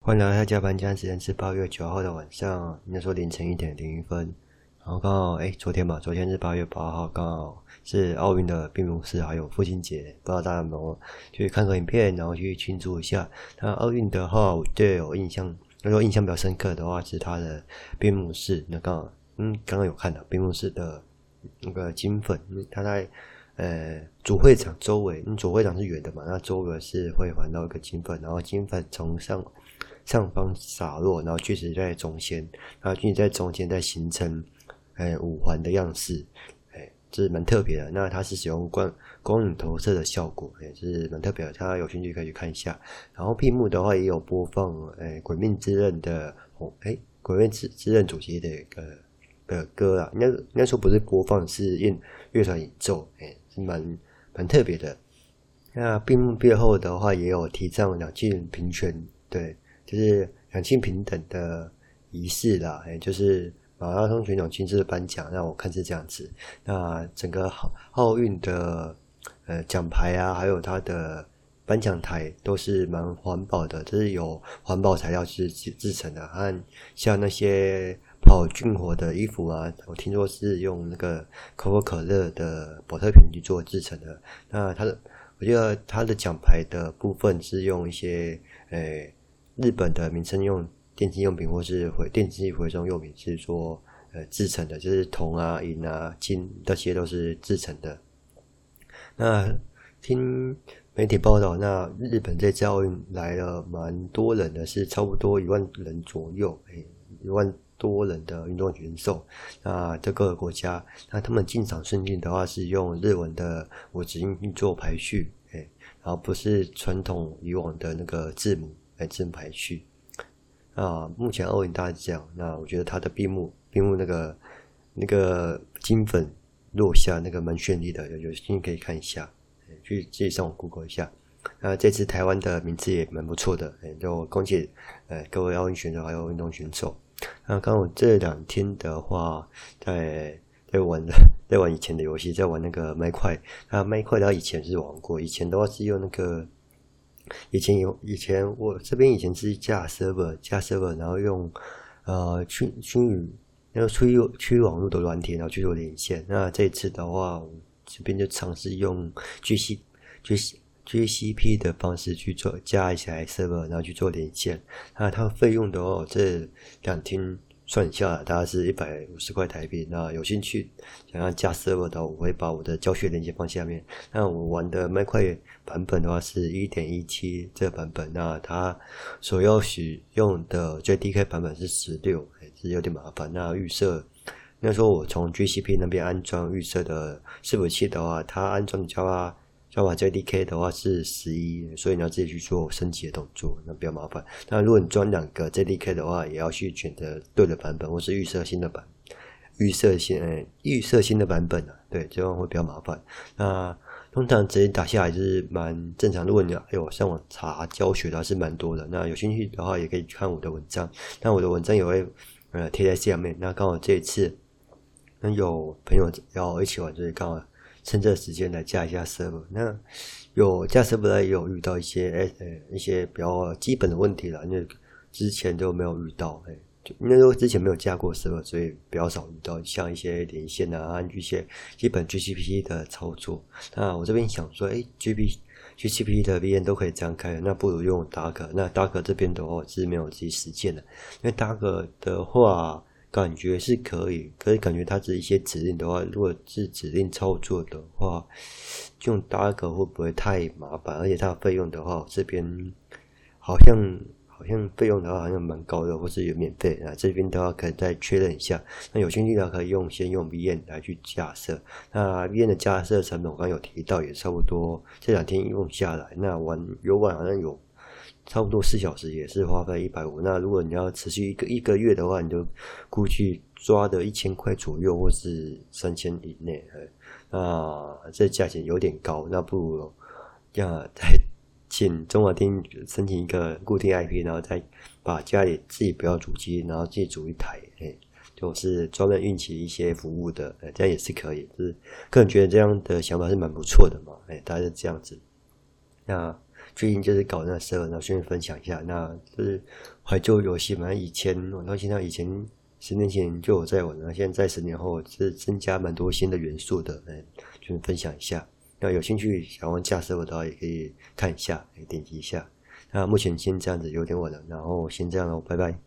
欢迎来到他加班，现在时间是8月9号的晚上，应该说凌晨1:01。然后刚好昨天是8月8号，刚好是奥运的闭幕式，还有父亲节，不知道大家有没有去看个影片，然后去庆祝一下。那奥运的话，我对有印象，如果印象比较深刻的话，是他的闭幕式。那刚刚有看到闭幕式的那个金粉，他在主会场周围，主会场是圆的嘛，那周围是会环到一个金粉，然后金粉从上方洒落，然后锯齿在中间，然后锯齿在中间再形成五环的样式，这是蛮特别的。那它是使用光影投射的效果，是蛮特别的，大家有兴趣可以去看一下。然后闭幕的话也有播放鬼灭之刃的鬼灭之刃主题的一个歌啊，应该说不是播放，是乐团演奏，是蛮特别的。那闭幕毕业后的话也有提倡两性平权，对，就是两性平等的仪式啦，就是马拉松选手亲自颁奖，让我看是这样子。那整个奥运的奖牌啊，还有它的颁奖台都是蛮环保的，这是有环保材料制成的，和像那些跑军火的衣服啊，我听说是用那个可口可乐的保特瓶去做制成的。那我觉得它的奖牌的部分是用一些日本的民生用电器用品或是电器回收用品是说制成的，就是铜啊、银啊、金这些都是制成的。那听媒体报道，那日本这次奥运来了蛮多人的，是差不多1万人左右，1万多人的运动选手。那这各个国家，那他们进场顺序的话是用日文的五十音去做排序，然后不是传统以往的那个字母排序。目前奥运大概是这样。那我觉得它的闭幕那个金粉落下那个蛮绚丽的，有兴趣可以看一下，去自己上网 Google 一下。那这次台湾的名字也蛮不错的，就恭喜各位奥运选手还有运动选手。那刚好这2天的话，在玩以前的游戏，在玩那个麦块。那麦块它以前是玩过，以前的话是用那个。以前我这边以前是架 server， 然后用虚拟那个区域网络的软体，然后去做连线。那这次的话，我这边就尝试用 GCP 的方式去做加一下 server， 然后去做连线。那它费用的话，这2天算一下大概是150块台币。那有兴趣想要加 server 的，我会把我的教学链接放下面。那我玩的麦块版本的话是 1.17 这个版本，那它所要使用的 JDK 版本是16，是有点麻烦。那预设那时候我从 GCP 那边安装预设的伺服器的话，它安装Java JDK 的话是11，所以你要自己去做升级的动作，那比较麻烦。那如果你装2个 JDK 的话，也要去选择对的版本，或是预设新的版本啊，对，这样会比较麻烦。那通常直接打下来就是蛮正常，如果你有上网查教学的话是蛮多的。那有兴趣的话也可以看我的文章，那我的文章也会贴在下面。那刚好这一次有朋友要一起玩，所以刚好趁这个时间来加一下 server。那有加 server 也有遇到一些比较基本的问题啦，因为之前都没有遇到，应该说之前没有加过 server，所以比较少遇到像一些连线啊，和一些基本 GCP 的操作。那我这边想说GCP 的 VM 都可以这样开，那不如用 Docker。那 Docker 这边的话是没有自己实践的，因为 Docker 的话感觉是可以，可是感觉它是一些指令的话，如果是指令操作的话，用 Docker 会不会太麻烦？而且它的费用的话，这边好像费用的话好像蛮高的，或是有免费啊。这边的话可以再确认一下。那有兴趣的可以先用 VM 来去架设。那 VM 的架设成本我刚刚有提到，也差不多这2天用下来，那游玩好像有差不多4小时，也是花费150。那如果你要持续一个月的话，你就估计抓的1000块左右，或是3000以内。那这价钱有点高，那不如再请中华电申请一个固定 IP， 然后再把家里自己不要主机，然后自己组一台，就是专门运起一些服务的，这样也是可以。就是个人觉得这样的想法是蛮不错的嘛，大概是这样子。那最近就是搞那社，然后顺便分享一下。那就是怀旧游戏嘛，以前我到现在以前10年前就有在玩，然后现在10年后是增加蛮多新的元素的，顺便分享一下。那有兴趣想玩架设的话，也可以看一下，可以点击一下。那目前先这样子，有点晚了，然后先这样喽，拜拜。